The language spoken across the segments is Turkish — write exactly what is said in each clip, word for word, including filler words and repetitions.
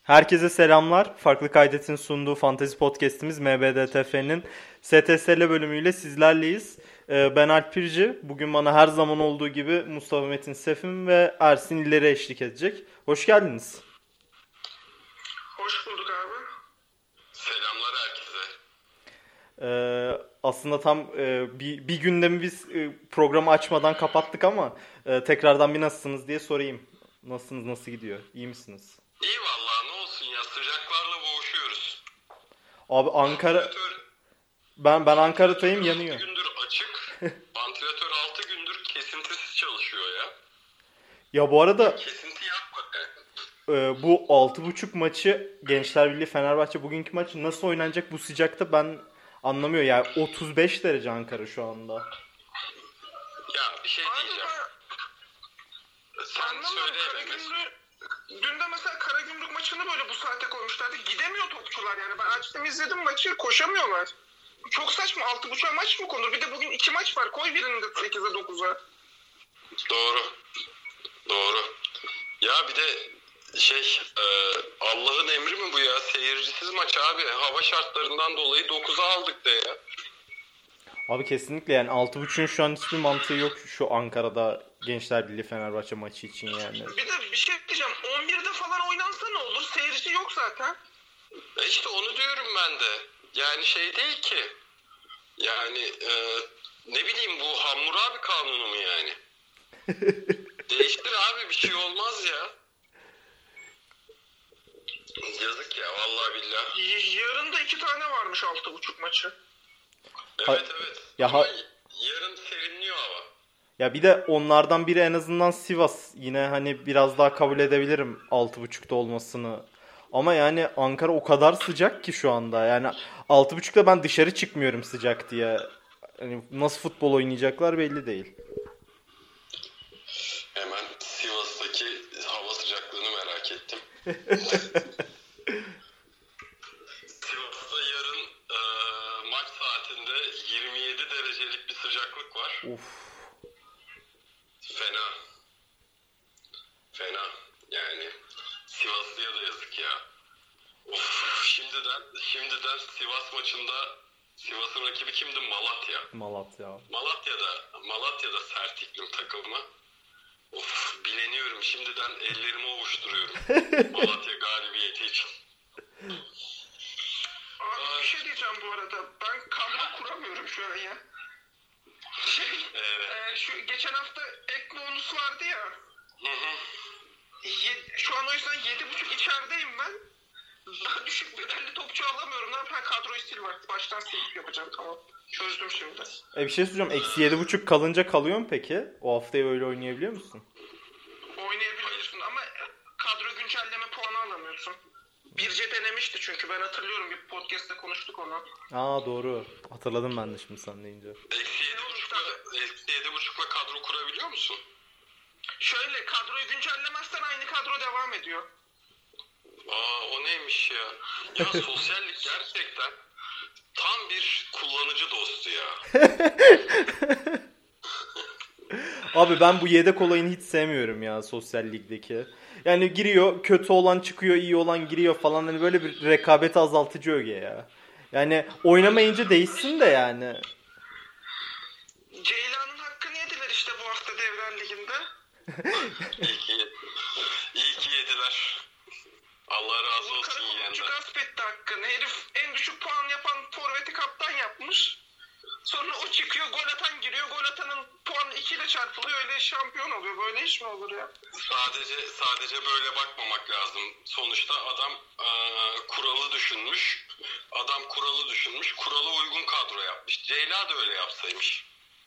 Herkese selamlar. Farklı Kaydet'in sunduğu Fantezi Podcast'imiz M B D T F'nin S T S L bölümüyle sizlerleyiz. Ee, ben Alp Pirci. Bugün bana her zaman olduğu gibi Mustafa Metin Sefim ve Ersin İlleri eşlik edecek. Hoş geldiniz. Hoş bulduk abi. Selamlar herkese. Ee, aslında tam e, bir, bir gündemi biz e, programı açmadan kapattık ama e, tekrardan bir nasılsınız diye sorayım. Nasılsınız, nasıl gidiyor? İyi misiniz? İyi vallahi ne olsun ya, sıcaklarla boğuşuyoruz. Abi Ankara... Vantilatör, Ben ben Ankara'dayım, yanıyor. altı gündür açık. Vantilatör altı gündür kesintisiz çalışıyor ya. Ya bu arada Kesinti yapmadı. e, bu altı buçuk maçı Gençler Birliği Fenerbahçe bugünkü maç nasıl oynanacak bu sıcakta ben anlamıyorum. Yani otuz beş derece Ankara şu anda. Ya bir şey Abi diyeceğim. ben Sen anlamadım. söyle Mesut. Karagümrük, dün de mesela Karagümrük maçını böyle bu saate koymuşlardı. Gidemiyor topçular yani. Ben açtım izledim maçı, koşamıyorlar. Çok saçma. altı buçuğa maç mı konur? Bir de bugün iki maç var. Koy birini de sekize dokuza. Doğru. Doğru. Ya bir de şey e, Allah'ın emri mi bu ya? Seyircisiz maç abi. Hava şartlarından dolayı dokuza aldık de ya. Abi kesinlikle yani altı buçuğun şu an hiçbir mantığı yok şu Ankara'da Gençler Birliği Fenerbahçe maçı için yani. Bir de bir şey diyeceğim. on birde falan oynansa ne olur? Seyirci yok zaten. E işte onu diyorum ben de. Yani şey değil ki. Yani e, ne bileyim, bu Hammurabi kanunu mu yani? Değiştir abi, bir şey olmaz ya. Yazık ya vallahi billahi. Y- yarın da iki tane varmış altı buçuk maçı. Evet Ha- evet. ya Ama ha- yarın serinliyor hava. Ya bir de onlardan biri en azından Sivas. Yine hani biraz daha kabul edebilirim altı buçukta olmasını. Ama yani Ankara o kadar sıcak ki şu anda. Yani altı buçukta ben dışarı çıkmıyorum sıcak diye. Hani nasıl futbol oynayacaklar belli değil. Hemen Sivas'taki hava sıcaklığını merak ettim. Sivas'ta yarın e, maç saatinde yirmi yedi derecelik bir sıcaklık var. Uf. Fena. Fena. Yani Sivaslı'ya da yazık ya. Of, şimdiden şimdiden Sivas maçında Sivas'ın rakibi kimdi? Malatya. Malatya. Malatya'da Malatya'da sert iklim takımı. Of, bileniyorum. Şimdiden ellerimi ovuşturuyorum. Malatya galibiyeti için. Abi bir şey diyeceğim bu arada. Ben kadro kuramıyorum şu an ya. Şey, Evet. e, şu geçen hafta ek bonus vardı ya. Hı hı. Ye- şu an o yüzden yedi buçuk içerideyim ben. Daha düşük bedelli topçu alamıyorum. Ne yapayım? Kadroyu sil var. Baştan silip yapacağım, tamam. Çözdüm şimdi. E bir şey soracağım. Eksi yedi buçuk kalınca kalıyor mu peki? O haftayı öyle oynayabiliyor musun? Oynayabiliyorsun ama kadro güncelleme puanı alamıyorsun. Birce denemişti çünkü ben hatırlıyorum, bir podcast'te konuştuk onu. Aa doğru. Hatırladım ben de şimdi sen deyince. Eksi yedi buçukla, eksi yedi buçukla kadro kurabiliyor musun? Şöyle, kadroyu güncellemezsen aynı kadro devam ediyor. Aa, o neymiş ya? Ya sosyallik gerçekten tam bir kullanıcı dostu ya. Abi ben bu yedek olayını hiç sevmiyorum ya sosyal ligdeki. Yani giriyor, kötü olan çıkıyor, iyi olan giriyor falan. Hani böyle bir rekabeti azaltıcı öge ya. Yani oynamayınca değişsin de yani. Ceylan'ın hakkını yediler işte bu hafta Devler Ligi'nde. İyi ki, iyi ki yediler. Allah razı olsun Karakulukçu yiyenden. gasp etti hakkını. Herif en düşük puan yapan forveti kaptan yapmış. Sonra o çıkıyor, gol atan giriyor. Gol atanın puanı iki ile çarpılıyor. Öyle şampiyon oluyor. Böyle iş mi olur ya? Sadece sadece böyle bakmamak lazım. Sonuçta adam eee, kuralı düşünmüş. Adam kuralı düşünmüş. Kurala uygun kadro yapmış. Ceyla da öyle yapsaymış.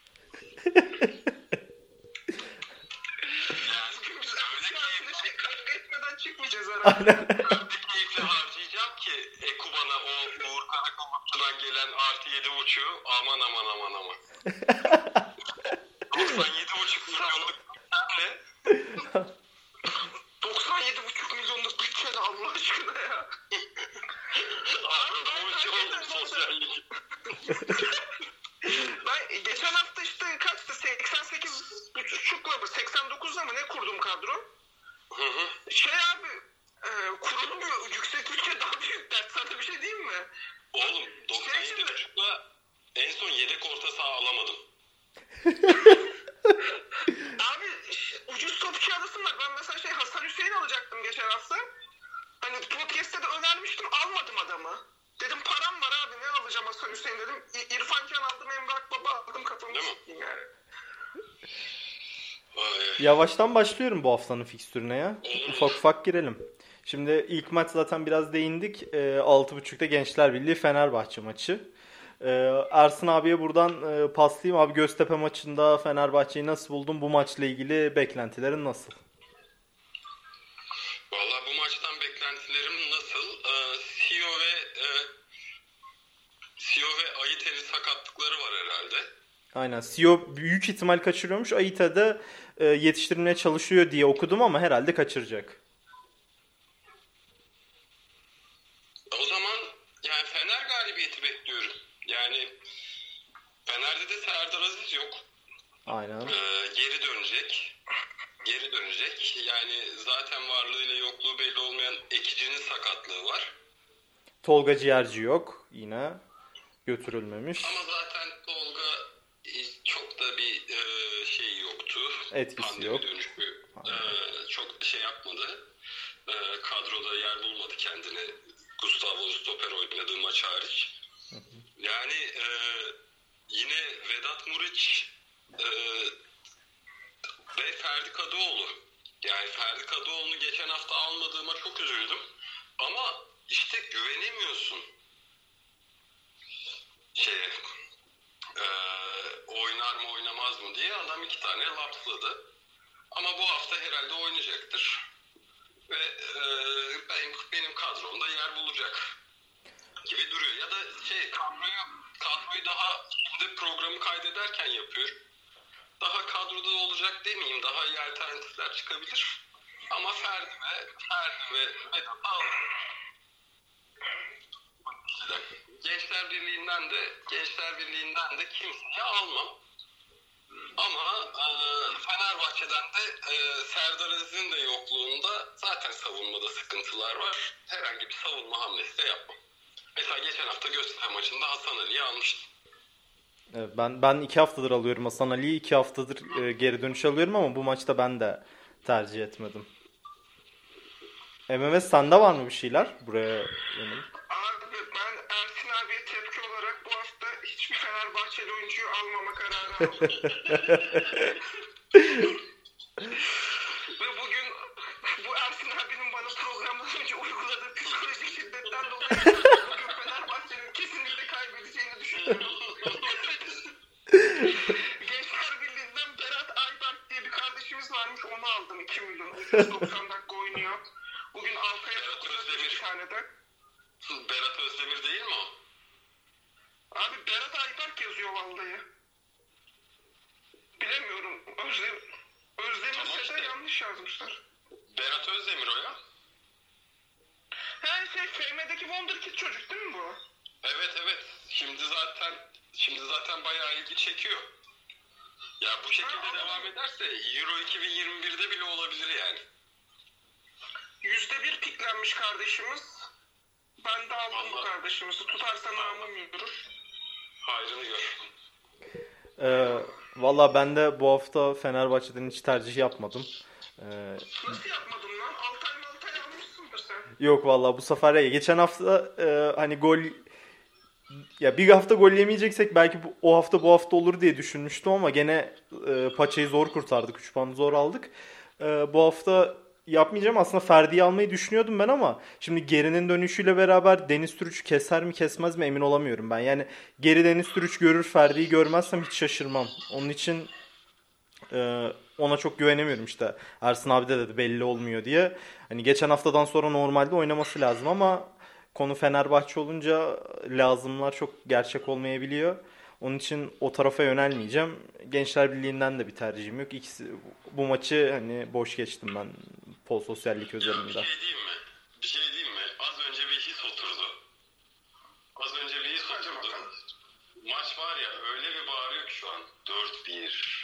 Yani Bugün biz öyle saatinde keyifli, şey kavga etmeden çıkmayacağız herhalde. öyle keyifli harcayacağım ki Ekuban'a o Uğur Karakolukçu'dan gelen artı yedi buçuğu aman aman aman aman. doksan yedi buçuk milyonluk bütçeyle doksan yedi buçuk milyonluk bütçeyle Allah aşkına ya. abi bu şey oldu sosyallik. Ben geçen hafta işte kaçtı? seksen sekiz buçukla mı seksen dokuzla mı ne kurdum kadro? Hı hı. Şey abi, e, kurulum abi yüksek bütçe daha büyük dert. Sana bir şey diyeyim mi? Oğlum doksan yedi buçukla en son yedek orta saha alamadım. Abi ucuz topçu alasınlar. Ben mesela şey Hasan Hüseyin alacaktım geçen hafta. Hani podcast'te de önermiştim, almadım adamı. Dedim param var abi, ne alacağım Hasan Hüseyin dedim. İ- İrfan Can aldım, Emrah Baba aldım, kafamı s**eyim yani. Yavaştan başlıyorum bu haftanın fikstürüne ya. Ufak ufak girelim. Şimdi ilk maç zaten biraz değindik. E, altı buçukta Gençler Birliği Fenerbahçe maçı. E, Ersin abiye buradan e, paslayayım. Abi Göztepe maçında Fenerbahçe'yi nasıl buldun? Bu maçla ilgili beklentilerin nasıl? Valla bu maçtan beklentilerim nasıl? Ee, Sio ve e, Sio ve Ayitel'in sakatlıkları var herhalde. Aynen. Sio büyük ihtimal kaçırıyormuş. Ayita da e, yetiştirmeye çalışıyor diye okudum ama herhalde kaçıracak. O zaman yani Fener galibiyeti bekliyorum. Yani Fener'de de Serdar Aziz yok. Aynen. Ee, geri dönecek. Geri dönecek. Yani zaten varlığıyla yokluğu belli olmayan Ekici'nin sakatlığı var. Tolga Ciğerci yok yine. Götürülmemiş. Ama zaten Tolga çok da bir e, şey yoktu. Etkisi Pandemi yok. dönüşü e, çok şey yapmadı. E, kadroda yer bulmadı kendine. Gustavo stoper oynadığı maç hariç. Hı hı. Yani e, yine Vedat Muriç e, ve Ferdi Kadıoğlu. Yani Ferdi Kadıoğlu'nu geçen hafta almadığıma çok üzüldüm. Ama işte güvenemiyorsun. Şeye, e, oynar mı oynamaz mı diye adam iki tane lapsladı. Ama bu hafta herhalde oynayacaktır. Ve e, benim, benim kadromda yer bulacak gibi duruyor. Ya da şey kadroyu, kadroyu daha şimdi programı kaydederken yapıyor. Daha kadroda olacak demeyeyim. Daha iyi alternatifler çıkabilir. Ama Ferdi ve Ferdi ve Vedat'ı alır. Gençler Birliği'nden de Gençler Birliği'nden de kimseyi almam. Ama e, Fenerbahçe'den de e, Serdar Aziz'in de yokluğunda zaten savunmada sıkıntılar var. Herhangi bir savunma hamlesi de yapmam. Mesela geçen hafta Göztepe maçında Hasan Ali'yi almıştım. Evet, ben ben iki haftadır alıyorum Hasan Ali'yi. iki haftadır e, geri dönüş alıyorum ama bu maçta ben de tercih etmedim. M M S sende var mı bir şeyler buraya yönelik? Abi ben Ersin abiye tepki olarak bu hafta hiçbir Fenerbahçeli oyuncuyu almama kararı aldım. Ve bugün bu Ersin abinin bana programdan önce uyguladığı psikolojik şiddetten dolayı bugün Fenerbahçe'nin kesinlikle kaybedeceğini düşünüyorum. Gençler Birliği'nden Berat Ayberk diye bir kardeşimiz varmış, onu aldım. iki milyon. üç yüz doksan dakika oynuyor. Bugün Altay'a dokuz bir tane de. Berat Özdemir değil mi o? Abi Berat Ayberk yazıyor vallahi. Bilemiyorum. Özdemir, Özdemir'se Tamam işte. de yanlış yazmışlar. Berat Özdemir o ya. He şey F M'deki Wonderkid çocuk değil mi bu? Evet evet. Şimdi zaten şimdi zaten bayağı ilgi çekiyor. Ya bu şekilde ha, devam ederse Euro iki bin yirmi birde bile olabilir yani. Yüzde bir piklenmiş kardeşimiz. Ben de aldım vallahi bu kardeşimizi. Tutarsa namım yürür. Hayrını gör. Ee, Valla ben de bu hafta Fenerbahçe'den hiç tercih yapmadım. Ee, Nasıl yapmadın lan? Altay Maltay almışsındır sen. Yok valla bu sefer ya. Geçen hafta e, hani gol ya bir hafta gol yemeyeceksek belki bu, o hafta bu hafta olur diye düşünmüştüm ama gene e, paçayı zor kurtardık. üç puanı zor aldık. E, bu hafta yapmayacağım. Aslında Ferdi'yi almayı düşünüyordum ben ama şimdi Geri'nin dönüşüyle beraber Deniz Türüç keser mi kesmez mi emin olamıyorum ben. Yani Geri Deniz Türüç görür, Ferdi'yi görmezsem hiç şaşırmam. Onun için e, ona çok güvenemiyorum işte. Ersin abi de dedi belli olmuyor diye. Hani geçen haftadan sonra normalde oynaması lazım ama konu Fenerbahçe olunca lazımlar çok gerçek olmayabiliyor. Onun için o tarafa yönelmeyeceğim. Gençler Birliği'nden de bir tercihim yok. İkisi bu maçı hani boş geçtim ben pol sosyallik özelinde. Ya bir şey diyeyim mi? Bir şey diyeyim mi? Az önce bir his oturdu. Az önce bir his oturdu. Maç var ya öyle bir bağırıyor ki şu an. dört bir.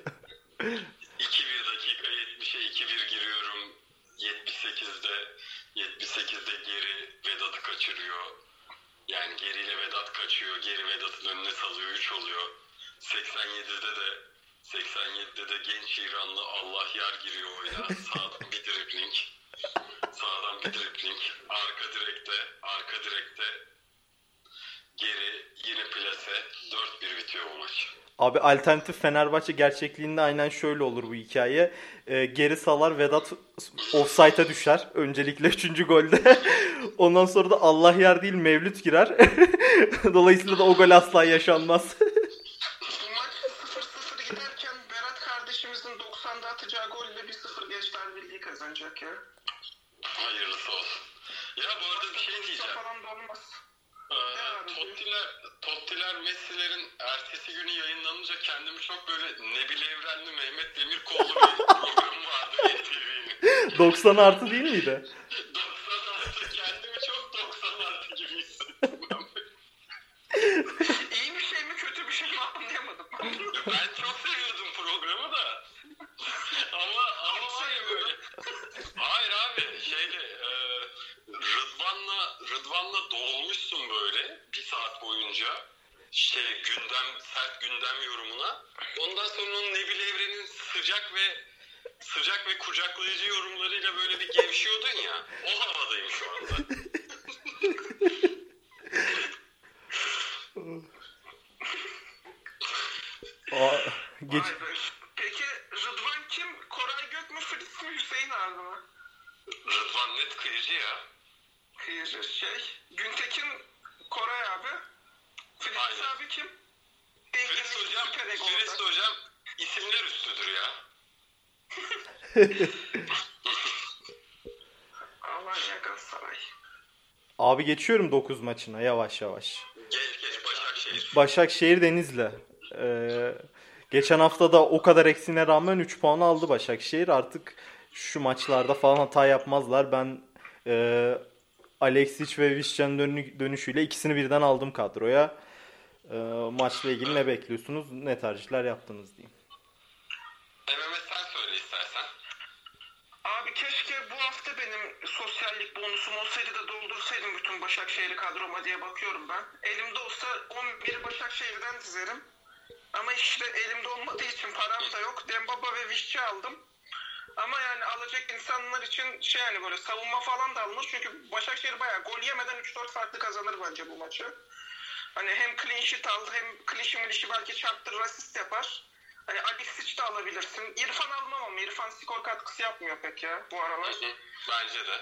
iki bir dakika yetmişe iki bir giriyorum. yetmiş sekizde. yetmiş sekizde geri Vedat'ı kaçırıyor. Yani geriyle Vedat kaçıyor. Geri Vedat'ın önüne salıyor. üç oluyor. seksen yedide de seksen yedide de genç İranlı Allah Yar giriyor oyuna. Sağdan bir dribling. Sağdan bir dribling. Arka direkte. Arka direkte. Geri yine plase. dört bir bitiyor bu maç. Abi alternatif Fenerbahçe gerçekliğinde aynen şöyle olur bu hikaye. Ee, geri salar, Vedat offside'a düşer. Öncelikle üçüncü golde. Ondan sonra da Allah Yar değil Mevlüt girer. Dolayısıyla da o gol asla yaşanmaz. Bu maç sıfır sıfır giderken Berat kardeşimizin doksanda atacağı golle bir sıfır Gençler Birliği kazanacak ya. Hayırlısı olsun. Ya bu arada bir şey diyeceğim. Falan da olmaz. Ee, Tottiler, Tottiler Messi'lerin ertesi günü yayınlanınca kendimi çok böyle Nebil Evrenli Mehmet Demirkollu bir program vardı N T V'nin. doksan artı değil miydi? doksan artı kendimi çok doksan artı gibi hissettim ben. İyi bir şey mi kötü bir şey mi anlayamadım. Ben çok seviyordum programı da. Ama ama var ya böyle. Hayır abi şeyde e, Rıdvan'la Rıdvan'la dolmuşsun böyle bir saat boyunca şey gündem sert gündem yorumuna. Ondan sonra onun Nebil Evren'in sıcak ve sıcak ve kucaklayıcı yorumlarıyla böyle bir gevşiyordun ya. O havadayım şu anda. Aa, geç... Vay be. Peki Rıdvan kim? Koray Gök mü? Fritz mi? Hüseyin abi mi? Rıdvan net kıyıcı ya. Kıyıcı şey. Güntekin Koray abi. Fritz Aynen. abi kim? Fritz hocam, Fritz hocam isimler üstüdür ya. Alanya Galatasaray. Abi geçiyorum dokuz maçına yavaş yavaş. Geç geç Başakşehir. Başakşehir Denizli. Ee, geçen hafta da o kadar eksiğine rağmen üç puan aldı Başakşehir. Artık şu maçlarda falan hata yapmazlar. Ben e, Alexic ve Vişça'nın dönü- dönüşüyle ikisini birden aldım kadroya. E, maçla ilgili ne bekliyorsunuz? Ne tercihler yaptınız diyeyim. Mehmet sen söyle istersen. Abi keşke bu hafta benim sosyallik bonusum olsaydı da doldursaydım bütün Başakşehir'i kadroma diye bakıyorum ben. Elimde olsa on bir Başakşehir'den dizerim. Ama işte elimde olmadığı için param da yok. Dembaba ve Vişça aldım. Ama yani alacak insanlar için şey yani böyle savunma falan da alınır. Çünkü Başakşehir bayağı gol yemeden üç dört farklı kazanır bence bu maçı. Hani hem clean sheet al hem klişi milişi belki çarptırır asist yapar. Hani Alexic de alabilirsin. İrfan almam ama İrfan skor katkısı yapmıyor pek ya bu aralar. Hı hı, bence de.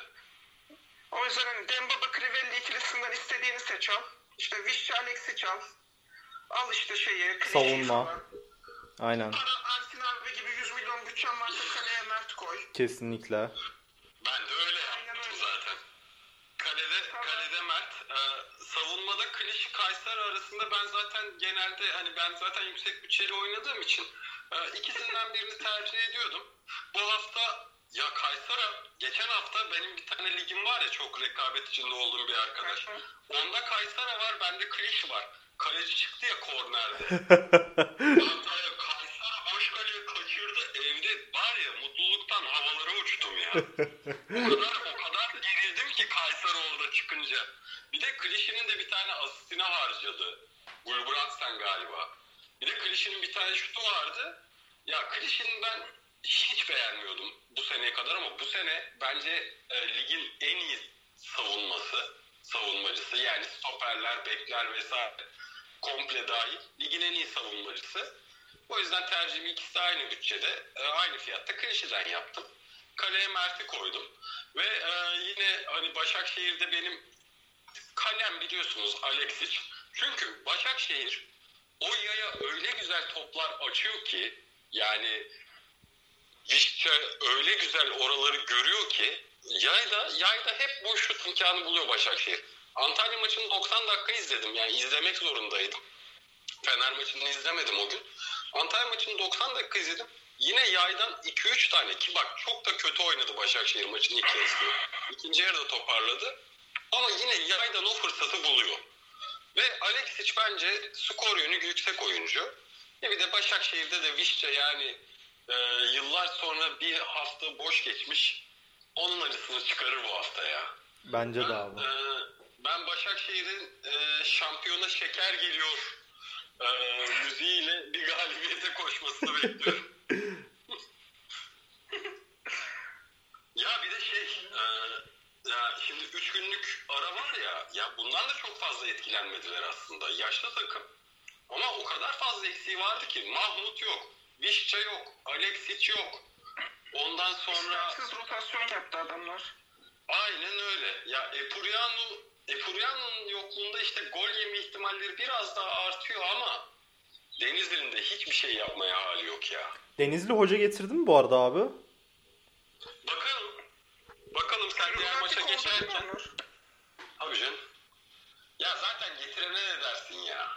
O yüzden hani Dembaba Crivelli ikilisinden istediğini seç al. İşte Vişça Alexic al. Al işte şeyi. Savunma. Falan. Aynen. Para Ersin abi gibi yüz milyon bütçem varsa kaleye Mert koy. Kesinlikle. Ben de öyle yaptım zaten. Kalede, kalede Mert. Ee, savunmada Klişi Kayseri arasında ben zaten genelde hani ben zaten yüksek bütçeli oynadığım için e, ikisinden birini tercih ediyordum. Bu hafta ya Kayseri geçen hafta benim bir tane ligim var ya çok rekabet içinde olduğum bir arkadaş. Onda Kayseri var, bende Klişi var. Kaleci çıktı ya kornerde. Kayseri boş kaleyi kaçırdı. Evde var ya mutluluktan havalara uçtum ya. O kadar o kadar gerildim ki Kayseri orada çıkınca. Bir de Klişi'nin de bir tane asistine harcadı. Gulbrandsen galiba. Bir de Klişi'nin bir tane şutu vardı. Ya Klişi'nin ben hiç beğenmiyordum bu seneye kadar ama bu sene bence e, ligin en iyi savunması, savunmacısı yani stoperler, bekler vesaire komple dahil ligin en iyi savunmacısı. O yüzden tercihimi ikisi de aynı bütçede, e, aynı fiyatta Klişi'den yaptım. Kaleye Mert'i koydum. Ve e, yine hani Başakşehir'de benim kalem biliyorsunuz Alexic. Çünkü Başakşehir o yaya öyle güzel toplar açıyor ki yani Vişça öyle güzel oraları görüyor ki yayda, yayda hep boş şut imkanı buluyor Başakşehir. Antalya maçını doksan dakika izledim yani izlemek zorundaydım. Fener maçını izlemedim o gün. Antalya maçını doksan dakika izledim. Yine yaydan iki üç tane ki bak çok da kötü oynadı Başakşehir maçını ilk yarısı. İkinci yarıda toparladı. Ama yine yaydan o fırsatı buluyor. Ve Alexic bence skor yönü yüksek oyuncu. E bir de Başakşehir'de de Vişça yani e, yıllar sonra bir hafta boş geçmiş. onun acısını çıkarır bu hafta ya. Bence ben, de abi. E, ben Başakşehir'in e, şampiyona şeker geliyor e, müziğiyle bir galibiyete koşmasını bekliyorum. Ya bir de şey, e, ya şimdi üç günlük ara var ya, ya bundan da çok fazla etkilenmediler aslında. Yaşlı takım ama o kadar fazla eksiği vardı ki. Mahmut yok, Vişça yok, Alexic yok. Ondan sonra... İstemsiz rotasyon yaptı adamlar. Aynen öyle. Ya Epuriano, Epuriano'nun yokluğunda işte gol yeme ihtimalleri biraz daha artıyor ama Denizli'nin de hiçbir şey yapmaya hali yok ya. Denizli hoca getirdi mi bu arada abi? Bakalım. Bakalım sen diğer maça geçerken. Abi canım. Ya zaten getirene ne dersin ya?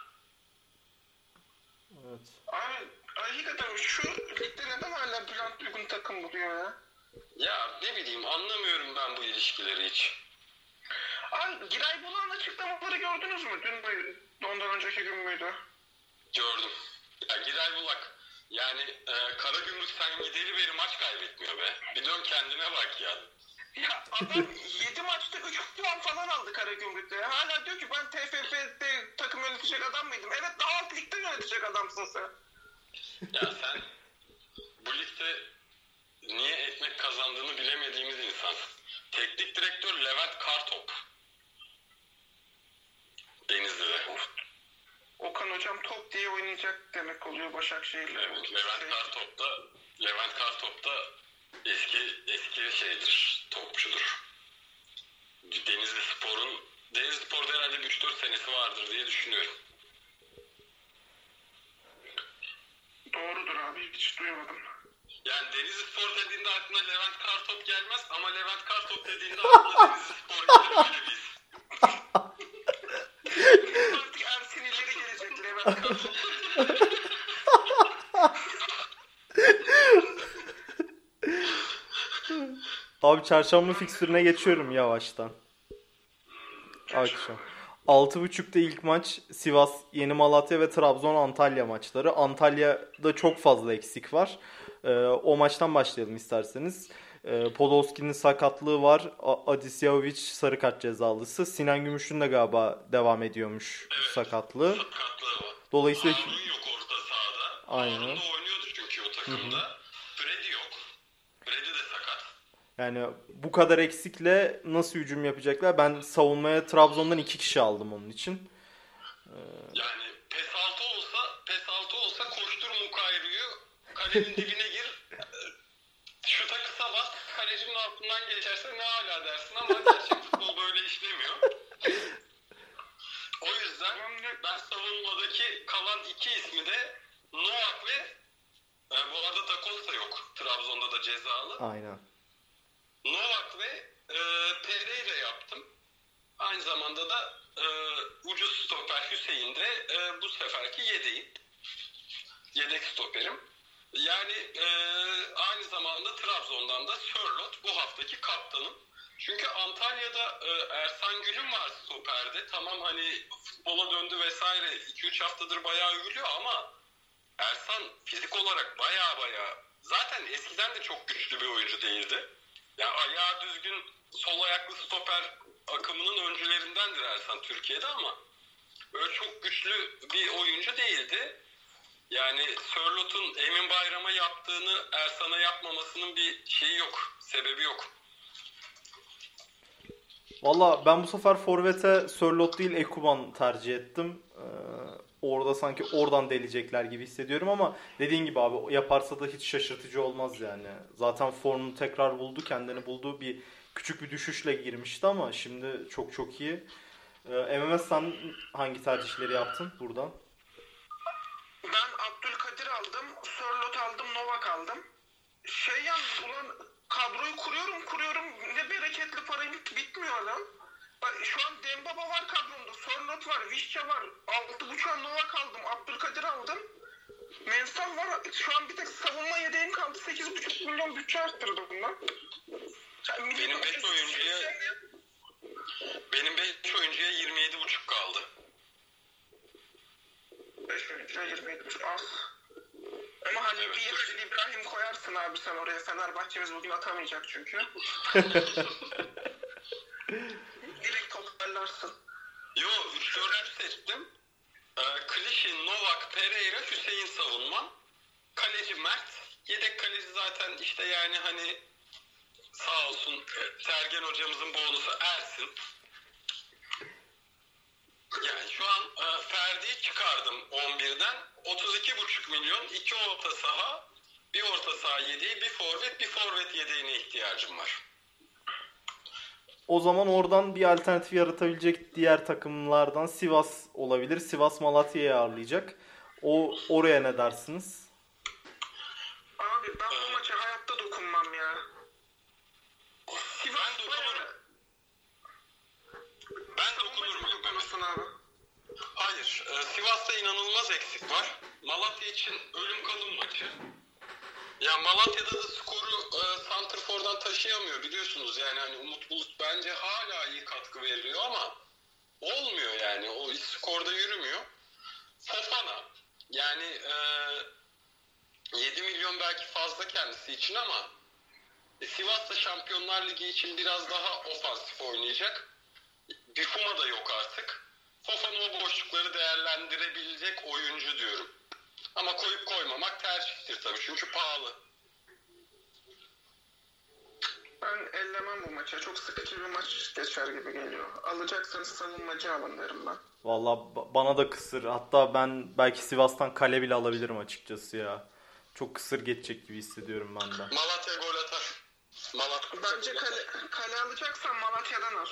Evet. Abi hakikaten şu ligde neden hala Bülent Uygun takım buluyor ya? Ya ne bileyim, anlamıyorum ben bu ilişkileri hiç. Abi Giray Bulan'ın açıklamaları gördünüz mü? Dün mü? Ondan önceki gün müydü? Gördüm. Ya Giray Bulak. Yani e, Karagümrük sen gideri beri maç kaybetmiyor be. Bir dön kendine bak ya. Ya adam yedi maçta üç puan falan aldı Karagümrük'te. Hala diyor ki ben T F F'de takım yönetecek adam mıydım? Evet, daha alt ligde yönetecek adamsın sen. Ya sen bu ligde niye ekmek kazandığını bilemediğimiz insansın. Teknik direktör Levent Kartop. Denizli'de. Okan hocam top diye oynayacak demek oluyor Başakşehir'le. Evet, Levent Kartop da Levent Kartop da eski eski şeydir, topçudur. Denizli Spor'un Denizli Spor'da herhalde üç dört senesi vardır diye düşünüyorum. Doğrudur abi, hiç duymadım. Yani Denizli Spor dediğinde aklına Levent Kartop gelmez ama Levent Kartop dediğinde aklına Denizli Spor gelir, öyle biz. Artık Ersin ileri gelecek Levent Kartop. Abi çarşamba fikstürüne geçiyorum yavaştan. Akşam. altı buçukta ilk maç Sivas, Yeni Malatya ve Trabzon Antalya maçları. Antalya'da çok fazla eksik var. Ee, o maçtan başlayalım isterseniz. Ee, Podolski'nin sakatlığı var. A- Adisyavic sarı kart cezalısı. Sinan Gümüş'ün de galiba devam ediyormuş Evet, sakatlığı. sakatlığı var. Dolayısıyla Harun yok orta sahada. Aynen. Harun da oynuyordu çünkü o takımda. Freddy yok. Freddy de sakat. yani bu kadar eksikle nasıl hücum yapacaklar? Ben savunmaya Trabzon'dan iki kişi aldım onun için. Yani pes altı olsa, pes altı olsa koştur Mukayru'yu, kalenin dibine gir, şuta kısa bas, kalecinin altından geçerse ne hala dersin ama gerçek futbol böyle işlemiyor. O yüzden ben savunmadaki kalan iki ismi de Novak ve e, bu arada Da Costa yok. Trabzon'da da cezalı. Aynen. Novak ve e, Pereira yaptım. Aynı zamanda da e, ucuz stoper Hüseyin de e, bu seferki yedeğim. Yedek stoperim. Yani e, aynı zamanda Trabzon'dan da Sörloth bu haftaki kaptanım. Çünkü Antalya'da e, Ersan Gül'ün var stoperde. Tamam, hani futbola döndü vesaire, iki üç haftadır bayağı övülüyor ama Ersan fizik olarak bayağı bayağı, zaten eskiden de çok güçlü bir oyuncu değildi. Yani ayağı düzgün sol ayaklı stoper akımının öncülerindendir Ersan Türkiye'de ama böyle çok güçlü bir oyuncu değildi. Yani Sörloth'un Emin Bayram'a yaptığını Ersan'a yapmamasının bir şeyi yok, sebebi yok. Valla ben bu sefer forvete Sörloth değil Ekuban tercih ettim. Ee, orada sanki oradan delecekler gibi hissediyorum ama dediğin gibi abi yaparsa da hiç şaşırtıcı olmaz yani. Zaten formunu tekrar buldu, kendini buldu. Bir küçük bir düşüşle girmişti ama şimdi çok çok iyi. Ee, M M S sen hangi tercihleri yaptın buradan? Ben Abdülkadir aldım, Sörloth aldım, Novak aldım. Şey ya, ulan kadroyu kuruyorum kuruyorum, ne bereketli para bit bitmiyor lan. Bak, şu an Dembaba var kadromda, Sörloth var, Vişça var, altı buçuğa Novak aldım, Abdülkadir aldım. Mensah var, şu an bir tek savunma yedeğim kaldı, sekiz buçuk milyon bütçe arttırdım lan. Yani Benim beş oyuncuya benim beş oyuncuya yirmi yedi buçuk kaldı. beş oyuncuya yirmi yedi buçuk az. Ama hani Evet. bir Halil İbrahim koyarsın abi sen oraya. Fenerbahçe'miz bugün atamayacak çünkü. Direkt toparlarsın. Yo üç dört seçtim. Ee, Klişin, Novak, Pereira, Hüseyin savunma. Kaleci Mert. Yedek kaleci zaten işte yani hani sağ olsun Sergen hocamızın bonusu Ersin. Yani şu an e, Ferdi'yi çıkardım on birden. otuz iki buçuk milyon, iki orta saha, bir orta saha yedeği, bir forvet, bir forvet yedeğine ihtiyacım var. O zaman oradan bir alternatif yaratabilecek diğer takımlardan Sivas olabilir. Sivas Malatya'yı ağırlayacak. O oraya ne dersiniz? Abi ben bu maça hayatta dokunmam ya. Sivas Ben bayağı... dokunurum. Ben dokunurum Savunmacı Mehmet. dokunursun abi. Hayır, e, Sivas'ta inanılmaz eksik var. Malatya için ölüm kalım maçı. Ya Malatya'da da skoru e, santrfordan taşıyamıyor biliyorsunuz. Yani hani Umut Bulut bence hala iyi katkı veriyor ama olmuyor yani. O iş skorda yürümüyor. Fofana yani e, yedi milyon belki fazla kendisi için ama e, Sivas'ta Şampiyonlar Ligi için biraz daha ofansif oynayacak. Bifuma da yok artık. Fofana o boşlukları değerlendirebilecek oyuncu diyorum. Ama koyup koymamak tercihtir tabii çünkü pahalı. Ben ellemem bu maça. Çok sıkıcı bir maç geçer gibi geliyor. Alacaksanız savunmacı alın derim ben. Valla ba- bana da kısır. Hatta ben belki Sivas'tan kale bile alabilirim açıkçası ya. Çok kısır geçecek gibi hissediyorum ben de. Malatya gol atar. Malatya Bence gol atar. kale, kale alacaksan Malatya'dan al.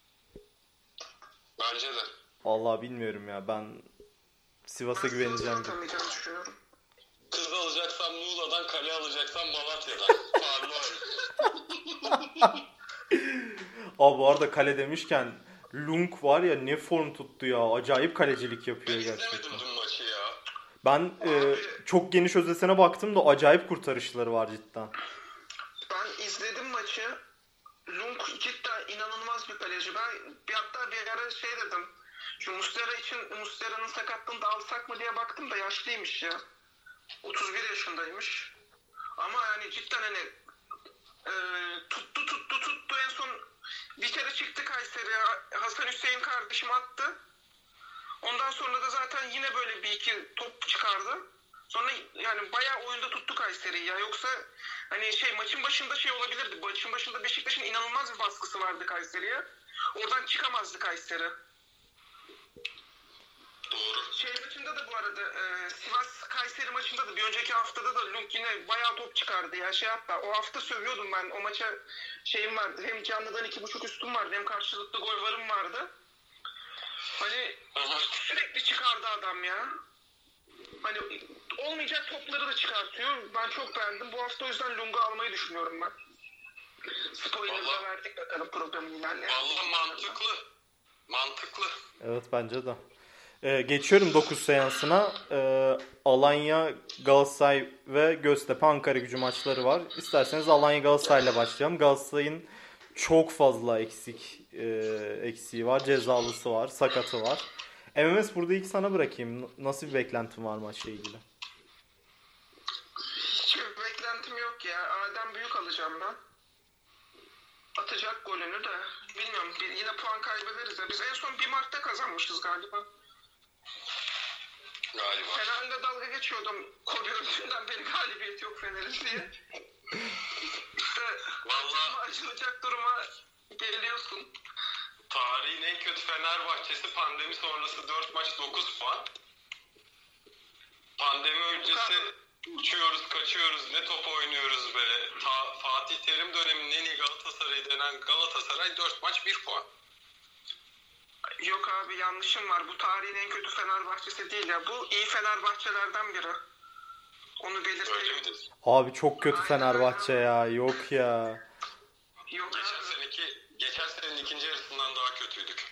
Bence de. Vallahi bilmiyorum ya. Ben Sivas'a Ben güveneceğim Sivas'ın gibi. atamayacağını düşünüyorum. Kız alacaksam Muğla'dan, kale alacaksam Malatya'dan. Farlı oyun. Aa bu arada kale demişken Lung var ya ne form tuttu ya. Acayip kalecilik Ben yapıyor izlemedim gerçekten. dün maçı ya. Ben e, çok geniş özetine baktım da acayip kurtarışları var cidden. Ben izledim maçı. Lung cidden inanılmaz bir kaleci. Ben bir hatta bir ara şey dedim. Şu Muslera için Muslera'nın sakatlığını da alsak mı diye baktım da yaşlıymış ya. otuz bir yaşındaymış. Ama yani cidden hani e, tuttu tuttu tuttu en son bir kere çıktı Kayseri'ye. Hasan Hüseyin kardeşim attı. Ondan sonra da zaten yine böyle bir iki top çıkardı. Sonra yani bayağı oyunda tuttu Kayseri'yi ya. Yoksa hani şey maçın başında şey olabilirdi. Maçın başında Beşiktaş'ın inanılmaz bir baskısı vardı Kayseri'ye. Oradan çıkamazdı Kayseri. Doğru. Şey maçında da bu arada e, Sivas Kayseri maçında da bir önceki haftada da Lung yine bayağı top çıkardı ya. Şey hatta o hafta sövüyordum ben. O maça şeyim vardı. Hem canlıdan iki buçuk üstüm vardı hem karşılıklı gol varım vardı. Hani Aha. sürekli çıkardı adam ya. Hani olmayacak topları da çıkartıyor. Ben çok beğendim. Bu hafta o yüzden Lung'u almayı düşünüyorum ben. Spoiler'da Vallahi- verdik bakalım programın ilerleyen. Vallahi mantıklı. Mantıklı. Evet bence de. Ee, geçiyorum dokuz seansına. Ee, Alanya, Galatasaray ve Göztepe Ankaragücü maçları var. İsterseniz Alanya Galatasaray'la başlayalım. Galatasaray'ın çok fazla eksik e, eksiği var. Cezalısı var, sakatı var. M M S burada ilk sana bırakayım. Nasıl bir beklentin var maçla ilgili? Hiçbir beklentim yok ya. Adem Büyük alacağım ben. Atacak golünü de. Bilmiyorum. Bir, yine puan kaybederiz ya. Biz en son bir Mart'ta kazanmışız galiba. Galiba. Fener'le dalga geçiyordum. Kobe öncünden beri galibiyet yok Fener'in diye. İşte Vallahi- açılacak duruma geliyorsun. Tarihin en kötü Fenerbahçesi pandemi sonrası dört maç dokuz puan. Pandemi öncesi uçuyoruz kaçıyoruz ne top oynuyoruz be. Ta, Fatih Terim döneminin en iyi Galatasaray'ı denen Galatasaray dört maç bir puan. Yok abi yanlışım var. Bu tarihin en kötü Fenerbahçesi değil ya. Bu iyi Fenerbahçelerden biri. Onu Öyle belirteyim. midir? Abi çok kötü Fenerbahçe ya. Yok ya. Yok Geçen abi. seneki, geçen senenin ikinci yarısından daha kötüydük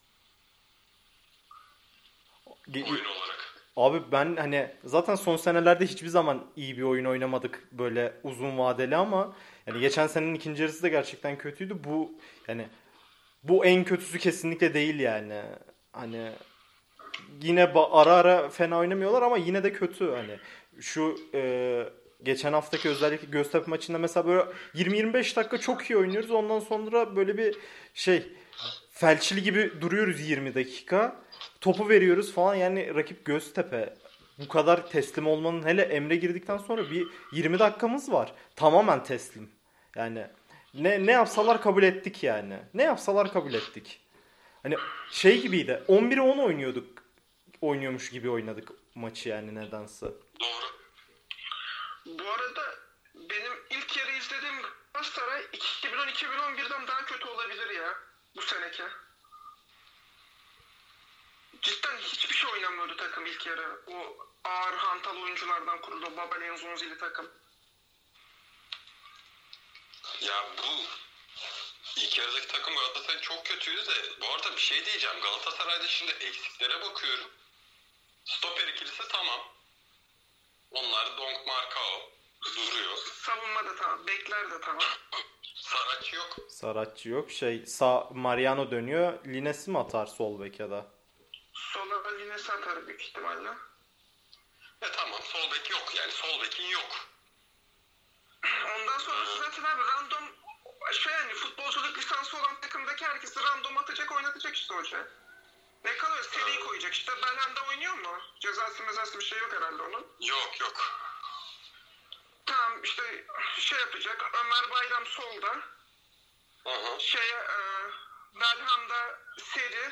Ge- oyun olarak. Abi ben hani zaten son senelerde hiçbir zaman iyi bir oyun oynamadık böyle uzun vadeli ama yani geçen senenin ikinci yarısı da gerçekten kötüydü. Bu yani bu en kötüsü kesinlikle değil yani. Hani yine ba- ara ara fena oynamıyorlar ama yine de kötü hani. Şu e, geçen haftaki özellikle Göztepe maçında mesela böyle yirmi yirmi beş dakika çok iyi oynuyoruz. Ondan sonra böyle bir şey felçli gibi duruyoruz yirmi dakika. Topu veriyoruz falan yani rakip Göztepe. Bu kadar teslim olmanın hele Emre girdikten sonra bir yirmi dakikamız var. Tamamen teslim. Yani ne ne yapsalar kabul ettik yani. Ne yapsalar kabul ettik. Hani şey gibiydi. on bire on oynuyorduk. Oynuyormuş gibi oynadık maçı yani nedense. Doğru. Bu arada benim ilk yarı izlediğim Galatasaray iki bin on iki bin on birden daha kötü olabilir ya bu seneki. Cidden hiçbir şey oynamıyordu takım ilk yarı. O ağır hantal oyunculardan kuruldu. Babel Enzonzili takım. Ya bu ilk yarıdaki takım Galatasaray çok kötüydü de bu arada bir şey diyeceğim. Galatasaray'da şimdi eksiklere bakıyorum. Stoper ikilisi tamam. Onlar Donk Markao duruyor. Savunma da tamam. Bekler de tamam. Saratçı yok. Saratçı yok. Şey sağ Mariano dönüyor. Linesi mi atar sol bek ya da? Sola Lines atar büyük ihtimalle. E tamam sol bek yok yani sol bekin yok. Ondan sonrası zaten abi random şey yani futbolculuk lisansı olan takımdaki herkesi random atacak oynatacak işte hoca. Ne kalıyor? Seri koyacak işte. Belhanda oynuyor mu? Cezası mezası bir şey yok herhalde onun. Yok yok. Tamam işte şey yapacak. Ömer Bayram solda. Hı hı. Şeye e, Belhanda Seri,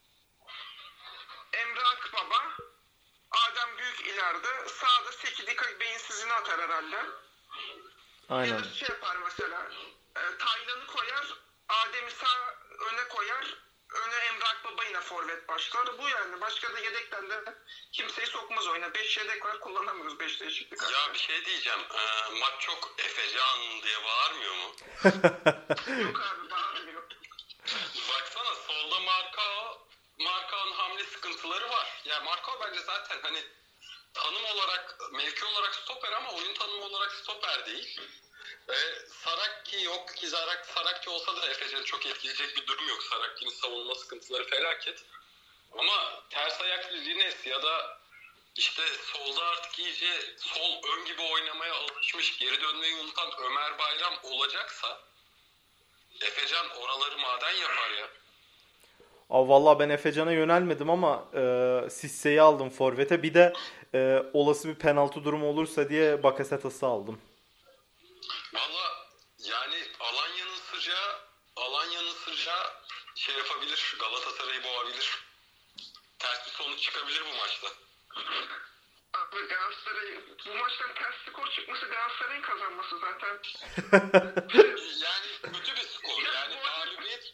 Emre Akbaba, Adem Büyük ileride. Sağda Sekidika beyinsizini atar herhalde. Aynen. Ya da şey yapar mesela. E, Taylan'ı koyar. Adem'i sağ öne koyar. Öne Emre Akbaba yine forvet başlar. Bu yani. Başka da yedekten de kimseyi sokmaz oyuna. beş yedek var kullanamıyoruz beş değişiklik. Ya bir şey diyeceğim. Ee, maç çok Efecan diye bağırmıyor mu? Yok abi bağırmıyor. Baksana solda Markao, Markao'nun hamle sıkıntıları var. Ya Markao bence zaten hani tanım olarak, mevki olarak stoper ama oyun tanımı olarak stoper değil. Ee, Saracchi yok ki Zarak, Saracchi olsa da Efecan'ı çok etkileyecek bir durum yok. Saracchi'nin savunma sıkıntıları felaket. Ama ters ayaklı Lines ya da işte solda artık iyice sol ön gibi oynamaya alışmış, geri dönmeyi unutan Ömer Bayram olacaksa Efecan oraları maden yapar ya. Aa, vallahi ben Efecan'a yönelmedim ama e, Sisse'yi aldım forvete. Bir de e, olası bir penaltı durumu olursa diye Bakasetas'ı aldım. Valla yani Alanya'nın sıcağı Alanya'nın sıcağı şey yapabilir, Galatasaray'ı boğabilir. Ters bir sonuç çıkabilir bu maçta. Abi Galatasaray bu maçtan ters skor çıkması Galatasaray'ın kazanması zaten. Yani kötü bir skor. Yani mağlubiyet.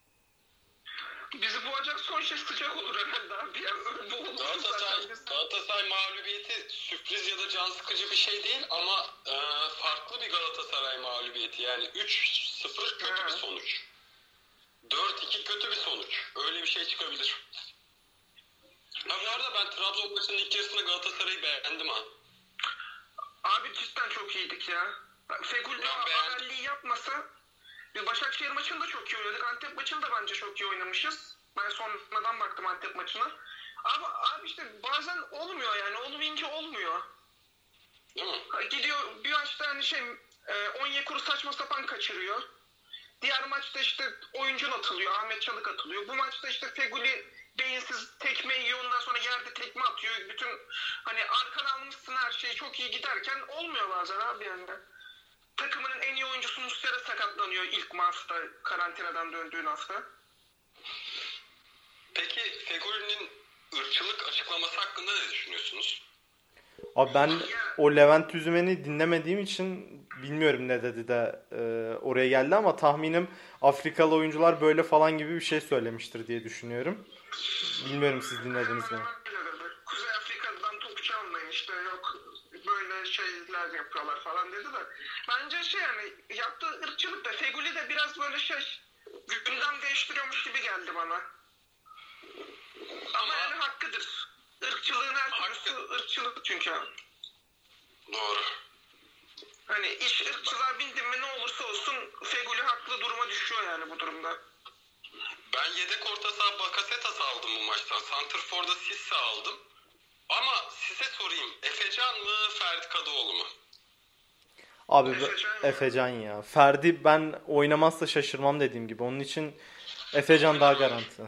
Bizi boğacak son şey sıcak olur herhalde abi. Yani öyle olursa Galatasaray, zaten biz... Galatasaray mağlubiyeti sürpriz ya da can sıkıcı bir şey değil ama e, farklı bir Galatasaray mağlubiyeti. Yani üç sıfır kötü bir sonuç. dört iki kötü bir sonuç. Öyle bir şey çıkabilir. Ha bu arada ben Trabzon maçının ilk yarısında Galatasaray'ı beğendim ha. Abi cidden çok iyiydik ya. Feguli haberliği yapmasa biz Başakşehir maçında çok iyi oynadık. Antep maçını da bence çok iyi oynamışız. Ben sonradan baktım Antep maçına. Ama abi işte bazen olmuyor yani. Olmayınca olmuyor. Değil mi? Gidiyor bir maçta hani şey Onyekuru saçma sapan kaçırıyor. Diğer maçta işte oyuncun atılıyor. Ahmet Çalık atılıyor. Bu maçta işte Feguli beyinsiz tekme yiyor. Ondan sonra yerde tekme atıyor. Bütün hani arkan almışsın her şey çok iyi giderken olmuyor bazen abi yani. Takımının en iyi oyuncusu Muslera sakatlanıyor ilk maçta karantinadan döndüğün hafta. Peki Fegoli'nin ırkçılık açıklaması hakkında ne düşünüyorsunuz? Abi ben o Levent Üzümen'i dinlemediğim için bilmiyorum ne dedi de e, oraya geldi ama tahminim Afrikalı oyuncular böyle falan gibi bir şey söylemiştir diye düşünüyorum. Bilmiyorum siz dinlediniz mi? Kuzey Afrika'dan topçu almayın işte yok böyle şeyler yapıyorlar falan dedi de. Bence şey yani yaptığı ırkçılık da Feguli de biraz böyle şey gündem değiştiriyormuş gibi geldi bana. Ama yani hakkıdır. Irkçılığın her türlüsü ırkçılık çünkü. Doğru. Hani iş ırkçılığa bindi mi ne olursa olsun Feguli haklı duruma düşüyor yani bu durumda. Ben ben yedek orta saha Bakasetas aldım bu maçtan. Santrfor'da Sisse aldım. Ama size sorayım. Efecan mı Ferdi Kadıoğlu mu? Abi Efecan ya. Efecan ya. Ferdi ben oynamazsa şaşırmam dediğim gibi. Onun için Efecan daha garanti.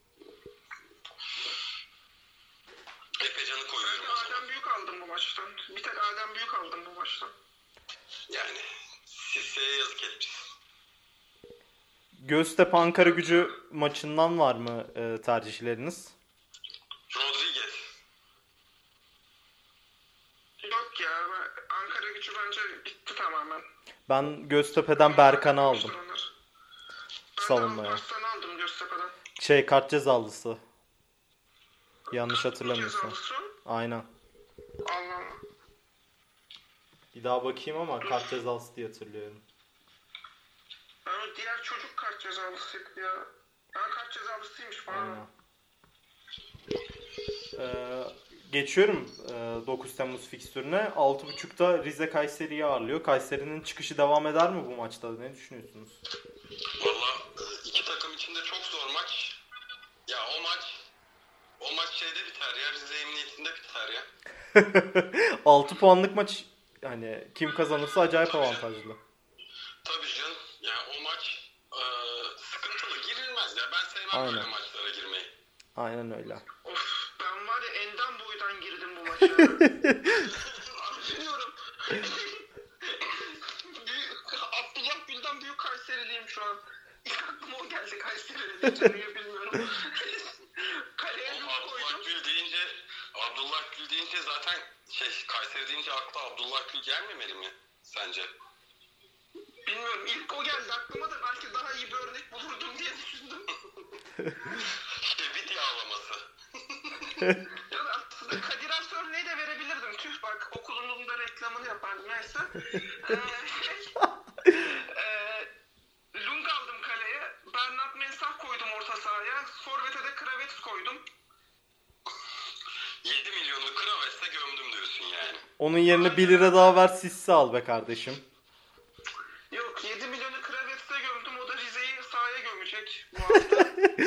Efecan'ı koyuyorum Ben o zaman. Adem Büyük aldım bu maçtan. Bir tek Adem Büyük aldım bu maçtan. Yani Sisse'ye yazık etmişsin. Göztepe Ankara Gücü maçından var mı e, tercihleriniz? Rodriguez. Yok ya. ben- Ankara Gücü bence bitti tamamen. Ben Göztepe'den Berkan'ı aldım. Ben Savunmaya. de Alparslan'ı aldım Göztepe'den. Şey kart cezalısı. Yanlış Kaç hatırlamıyorsam. cezalısı? Aynen. Allah Allah. Bir daha bakayım ama kart cezalısı diye hatırlıyorum. Ben o diğer çocuk kart cezalısıydı ya. Ben kart cezalısıymış falan. Aynen. Ee, geçiyorum e, dokuz Temmuz fikstürüne. altı buçukta Rize Kayseri'yi ağırlıyor. Kayseri'nin çıkışı devam eder mi bu maçta? Ne düşünüyorsunuz? Valla iki takım için de çok zor maç. Ya o maç o maç şeyde biter ya. Rize Emniyetinde biter ya. altı puanlık maç, hani kim kazanırsa acayip avantajlı. Tabii canım. Yani o maç e, sıkıntılı. Girilmez ya. Ben sevmem Aynen. böyle maçlara girmeyi. Aynen öyle. Of, ben var ya enden boydan girdim bu maça. Anlıyorum. Büyük, Abdullah Gül'den büyük Kayseriliyim şu an. İlk aklıma o geldi Kayseri'li deyince niye bilmiyorum. Kaleye O Lung Abdullah koydum. Gül deyince Abdullah Gül deyince zaten şey Kayseri deyince akla Abdullah Gül gelmemeli mi sence? Bilmiyorum, ilk o geldi aklıma da belki daha iyi bir örnek bulurdum diye düşündüm. İşte video ağlaması. Ya da aslında Kadir Has örneği de verebilirdim. Tüh bak, okulunun da reklamını yapardım neyse. Ee, şey, ee, Lung aldım kaleye. Bernat Mensah koydum orta sahaya. Forvet'e de Kravetz koydum. yedi milyonlu Kravets'e gömdüm diyorsun yani. Onun yerine bir lira daha ver, Sisse al be kardeşim. Yok, yedi milyonu Kravetz'e gömdüm. O da Rize'yi sahaya gömecek bu hafta.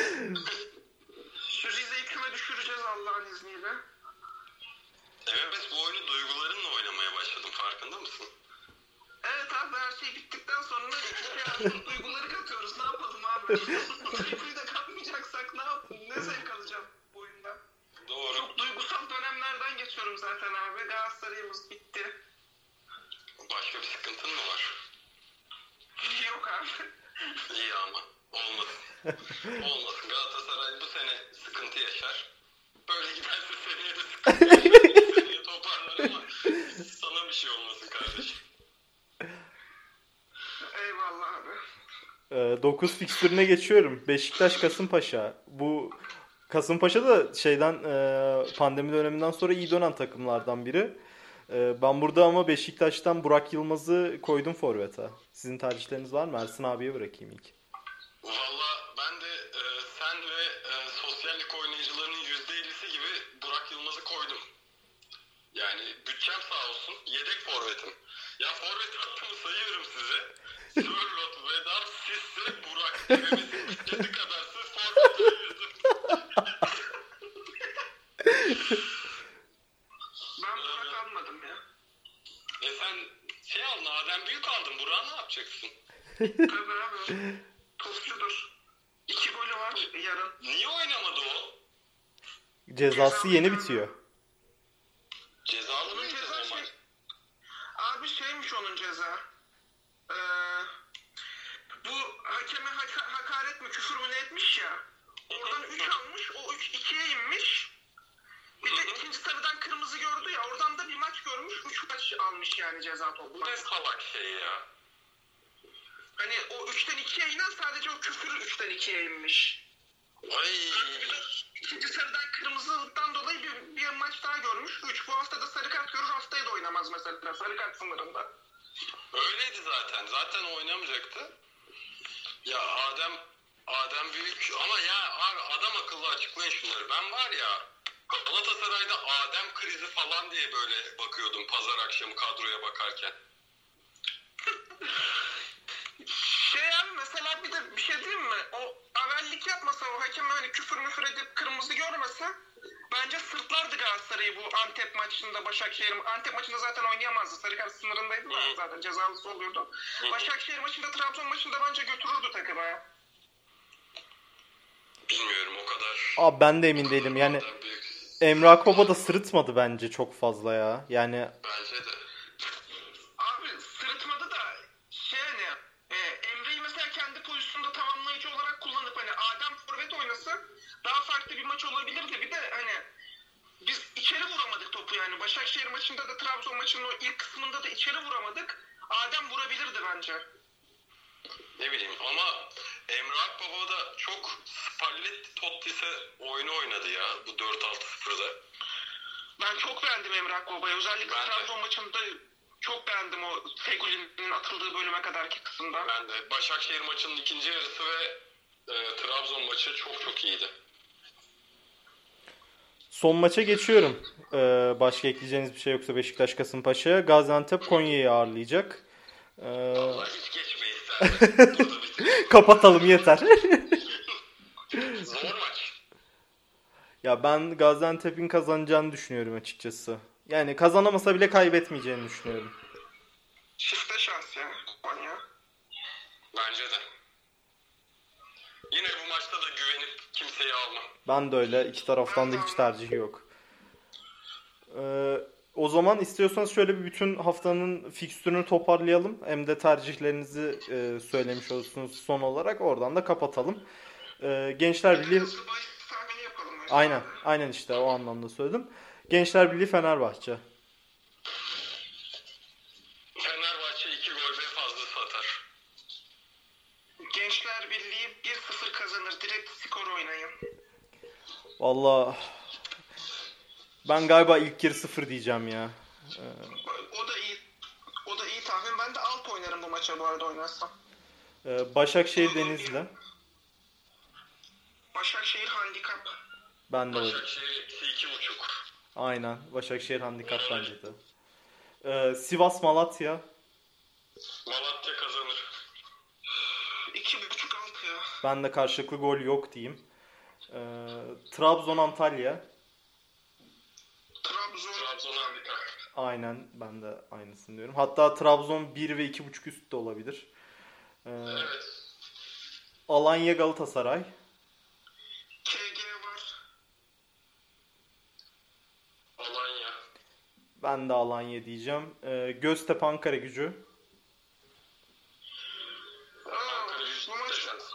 Şu Rize'yi küme düşüreceğiz Allah'ın izniyle. Evet, bu oyunu duygularınla oynamaya başladım, farkında mısın? Evet abi, her şey bittikten sonra biraz duyguları katıyoruz. Ne yapalım abi? Duyguyu da katmayacaksak ne yapalım? Ne zevk alacağım bu oyundan? Doğru. Çok duygusal dönemlerden geçiyorum zaten abi. Galatasaray'ımız bitti. Başka bir sıkıntın mı var? Yok abi. İyi ama. Olmasın. Olmasın. Galatasaray bu sene sıkıntı yaşar. Böyle giderse seneye de sıkıntı yaşar. Seneye toparlar ama sana bir şey olmasın kardeşim. Eyvallah abi. Ee, dokuz fikstürüne geçiyorum. Beşiktaş Kasımpaşa. Bu Kasımpaşa da şeyden e, pandemi döneminden sonra iyi dönen takımlardan biri. E, ben burada ama Beşiktaş'tan Burak Yılmaz'ı koydum forvete. Sizin tercihleriniz var mı? Ersin abiye bırakayım ilk. Valla ben de e, sen ve e, sosyallik oynayıcılarının yüzde ellisi gibi Burak Yılmaz'ı koydum. Yani bütçem sağ olsun. Yedek forvetim. Ya forvet hattımı sayıyorum size. Sörlot, Vedat, Sisse, Burak. Evimizin bütçesi kadar siz forvet ayırdım. Ben Burak almadım ya. E sen şey aldın, Adem Büyük aldın. Burak'ı ne yapacaksın? Tabii abi. Topçudur. İki golü var yarın. Niye oynamadı o? Cezası yeni bitiyor. Cezalı Onun mıydı ceza o şey... maç? Abi şeymiş onun ceza. Ee, bu hakeme haka- hakaret mi küfür mü ne etmiş ya. Oradan üç almış. O üç ikiye inmiş. Bir de ikinci sarıdan kırmızı gördü ya. Oradan da bir maç görmüş. üç maç almış yani ceza Bu toplam. ne salak şey ya. Hani o üçten ikiye inen sadece o küfür üçten ikiye inmiş. Ay. İkinci sarıdan kırmızılıktan dolayı bir, bir maç daha görmüş. üç. Bu hafta da sarı kart görür, haftaya da oynamaz mesela. Sarı kart sınırında. Öyleydi zaten. Zaten oynamayacaktı. Ya Adem Adem Büyük ama ya abi adam akıllı açıklayın şunları. Ben var ya Galatasaray'da Adem krizi falan diye böyle bakıyordum pazar akşamı kadroya bakarken. Şey abi mesela bir de bir şey diyeyim mi? O avellik yapmasa o hakem hani küfür müfür edip kırmızı görmese bence sırtlardı Galatasaray'ı bu Antep maçında. Başakşehir Antep maçında zaten oynayamazdı. Sarı kart sınırındaydı da zaten cezalısı oluyordu. Başakşehir maçında, Trabzon maçında bence götürürdü takımı. Bilmiyorum o kadar. Abi ben de emin değilim. Yani Emre Akbaba da sırıtmadı bence çok fazla ya. Yani Bence de. Abi sırıtmadı da şey hani e, Emre'yi mesela kendi pozisyonunda tamamlayıcı olarak kullanıp hani Adem forvet oynasa daha farklı bir maç olabilirdi. Bir de hani biz içeri vuramadık topu yani. Başakşehir maçında da Trabzon maçının o ilk kısmında da içeri vuramadık. Adem vurabilirdi bence. Ne bileyim ama Emre Akbaba da çok Spalletti Totti'se oyunu oynadı ya bu dört altı sıfırda. Ben çok beğendim Emre Akbaba'yı. Özellikle Ben de. Trabzon maçında çok beğendim o Fegüli'nin atıldığı bölüme kadarki kısımda. Ben de. Başakşehir maçının ikinci yarısı ve e, Trabzon maçı çok çok iyiydi. son maça geçiyorum. Ee, başka ekleyeceğiniz bir şey yoksa Beşiktaş Kasımpaşa. Gaziantep Konya'yı ağırlayacak. Ee, Allah hiç geçmeyi isterdim. Burada bitirelim. kapatalım yeter. Zor maç. Ya ben Gaziantep'in kazanacağını düşünüyorum açıkçası. Yani kazanamasa bile kaybetmeyeceğini düşünüyorum. Çifte şans ya Konya. Bence de. Yine bu maçta da güvenip kimseyi almam. Ben de öyle. İki taraftan da hiç tercihi yok. Ee, o zaman istiyorsanız şöyle bir bütün haftanın fikstürünü toparlayalım. Hem de tercihlerinizi e, söylemiş olursunuz son olarak. Oradan da kapatalım. Ee, Gençler Birliği... Hızlı bahis tahmini yapalım. öyle. Aynen. Aynen işte o anlamda söyledim. Gençler Birliği Fenerbahçe. Fenerbahçe iki gol ve fazlası atar. Gençler Birliği bir sıfır kazanır. Direkt skor oynayın. Valla ben galiba ilk yarı sıfır diyeceğim ya. O da iyi. O da iyi tahmin. Ben de alt oynarım bu maça bu arada oynarsam. Ee, Başakşehir Denizli. Başakşehir handikap. Ben de öyle. Başakşehir eksi iki buçuk. Aynen. Başakşehir handikap bence de. Ee, Sivas Malatya. Malatya kazanır. İki buçuk alt ya. Ben de karşılıklı gol yok diyeyim. Ee, Trabzon Antalya. Trabzon. Trabzon handikap. Aynen. Ben de aynısını diyorum. Hatta Trabzon bir ve iki buçuk üst de olabilir. Ee, Evet. Alanya Galatasaray. K G var. Alanya. Ben de Alanya diyeceğim. Ee, Göztepe Ankara Gücü. Aa, Ankara bu maç, yüz şans.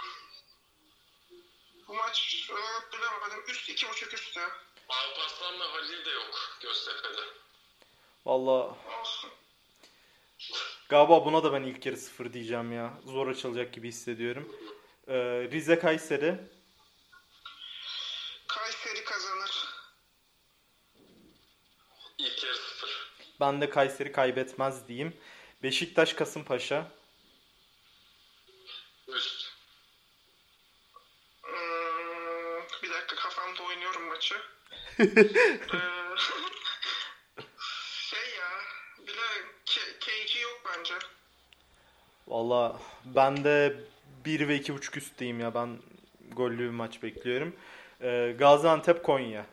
bu maç evet, bilemedim. Üst iki buçuk üst ya. Alparslan'la Halil de yok Göztepe'de. Valla Olsun. galiba buna da ben ilk yarı sıfır diyeceğim ya. Zor açılacak gibi hissediyorum. Ee, Rize Kayseri. Kayseri kazanır. İlk yarı sıfır. Ben de Kayseri kaybetmez diyeyim. Beşiktaş Kasımpaşa. Üst. Hmm, bir dakika kafamda oynuyorum maçı. ee, şey ya. Bile K- KG yok bence. Valla ben de bir ve iki buçuk üst diyeyim ya. Ben gollü bir maç bekliyorum. Ee, Gaziantep Konya.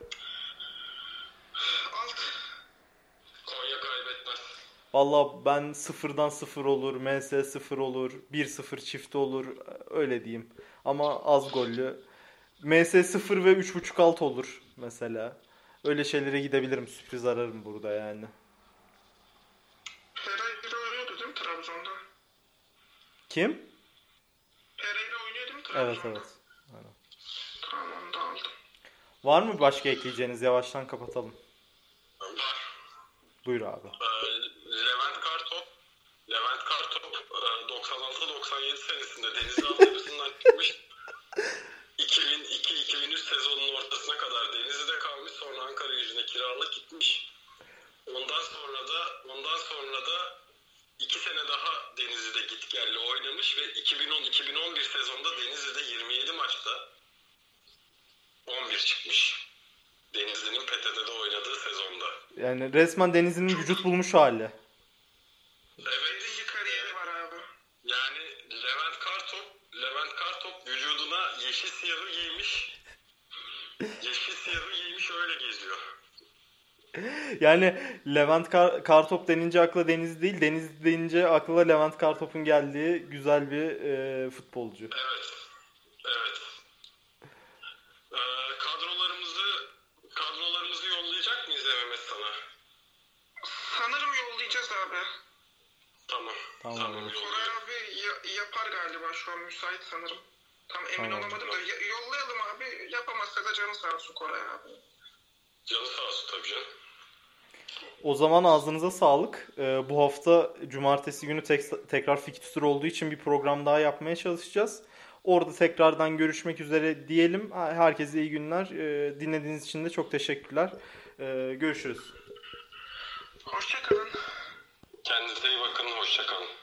Alt. Konya kaybetmez. Valla ben sıfırdan sıfır olur, M S sıfır olur, bir sıfır çifti olur. Öyle diyeyim. Ama az gollü. M S sıfır ve üç buçuk alt olur mesela. Öyle şeylere gidebilirim. Sürpriz ararım burada yani. Pereira oynuyordu değil mi Trabzon'da? Kim? Pereira oynuyor değil mi Evet Trabzon'da? evet. Aynen. Tamam da aldım. Var mı başka ekleyeceğiniz? Yavaştan kapatalım. Var. Buyur abi. Ee, Levent Kartop Levent Kartop e, doksan altı doksan yedi senesinde Denizli altyapısından çıkmış. iki bin iki iki bin üç sezonunun ortasına kadar Denizli'de kalmış. Sonra Ankara Gücü'ne kiralık gitmiş. Ondan sonra da ondan sonra da iki sene daha Denizli'de git gelli oynamış ve iki bin on iki bin on bir sezonda Denizli'de yirmi yedi maçta on bir çıkmış. Denizli'nin P T T'de oynadığı sezonda. Yani resmen Denizli'nin vücut bulmuş hali. Evet. Yedinci kariyeri var abi. Yani Levent Kartop, Levent Kartop vücudunu Sırtına yeşil siyahı giymiş. Yeşil siyahı giymiş öyle geziyor. Yani Levent Kar- Kartop denince akla Denizli değil, Denizli denince akla Levent Kartop'un geldiği güzel bir e, futbolcu. Evet. Evet. Ee, kadrolarımızı kadrolarımızı yollayacak mıyız Mehmet sana? Sanırım yollayacağız abi. Tamam. Tamam. Tamam Koray yollayacağız. abi ya- yapar galiba, şu an müsait sanırım. Tam emin Tamam. olamadım da ya- yollayalım abi. Yapamazsa da canı sağ olsun Koray abi. Canı sağ olsun tabii canım. O zaman ağzınıza sağlık. E, bu hafta cumartesi günü tek- tekrar fikstür olduğu için bir program daha yapmaya çalışacağız. Orada tekrardan görüşmek üzere diyelim. Herkese iyi günler. E, dinlediğiniz için de çok teşekkürler. E, görüşürüz. Hoşça kalın. Kendinize iyi bakın. Hoşça kalın.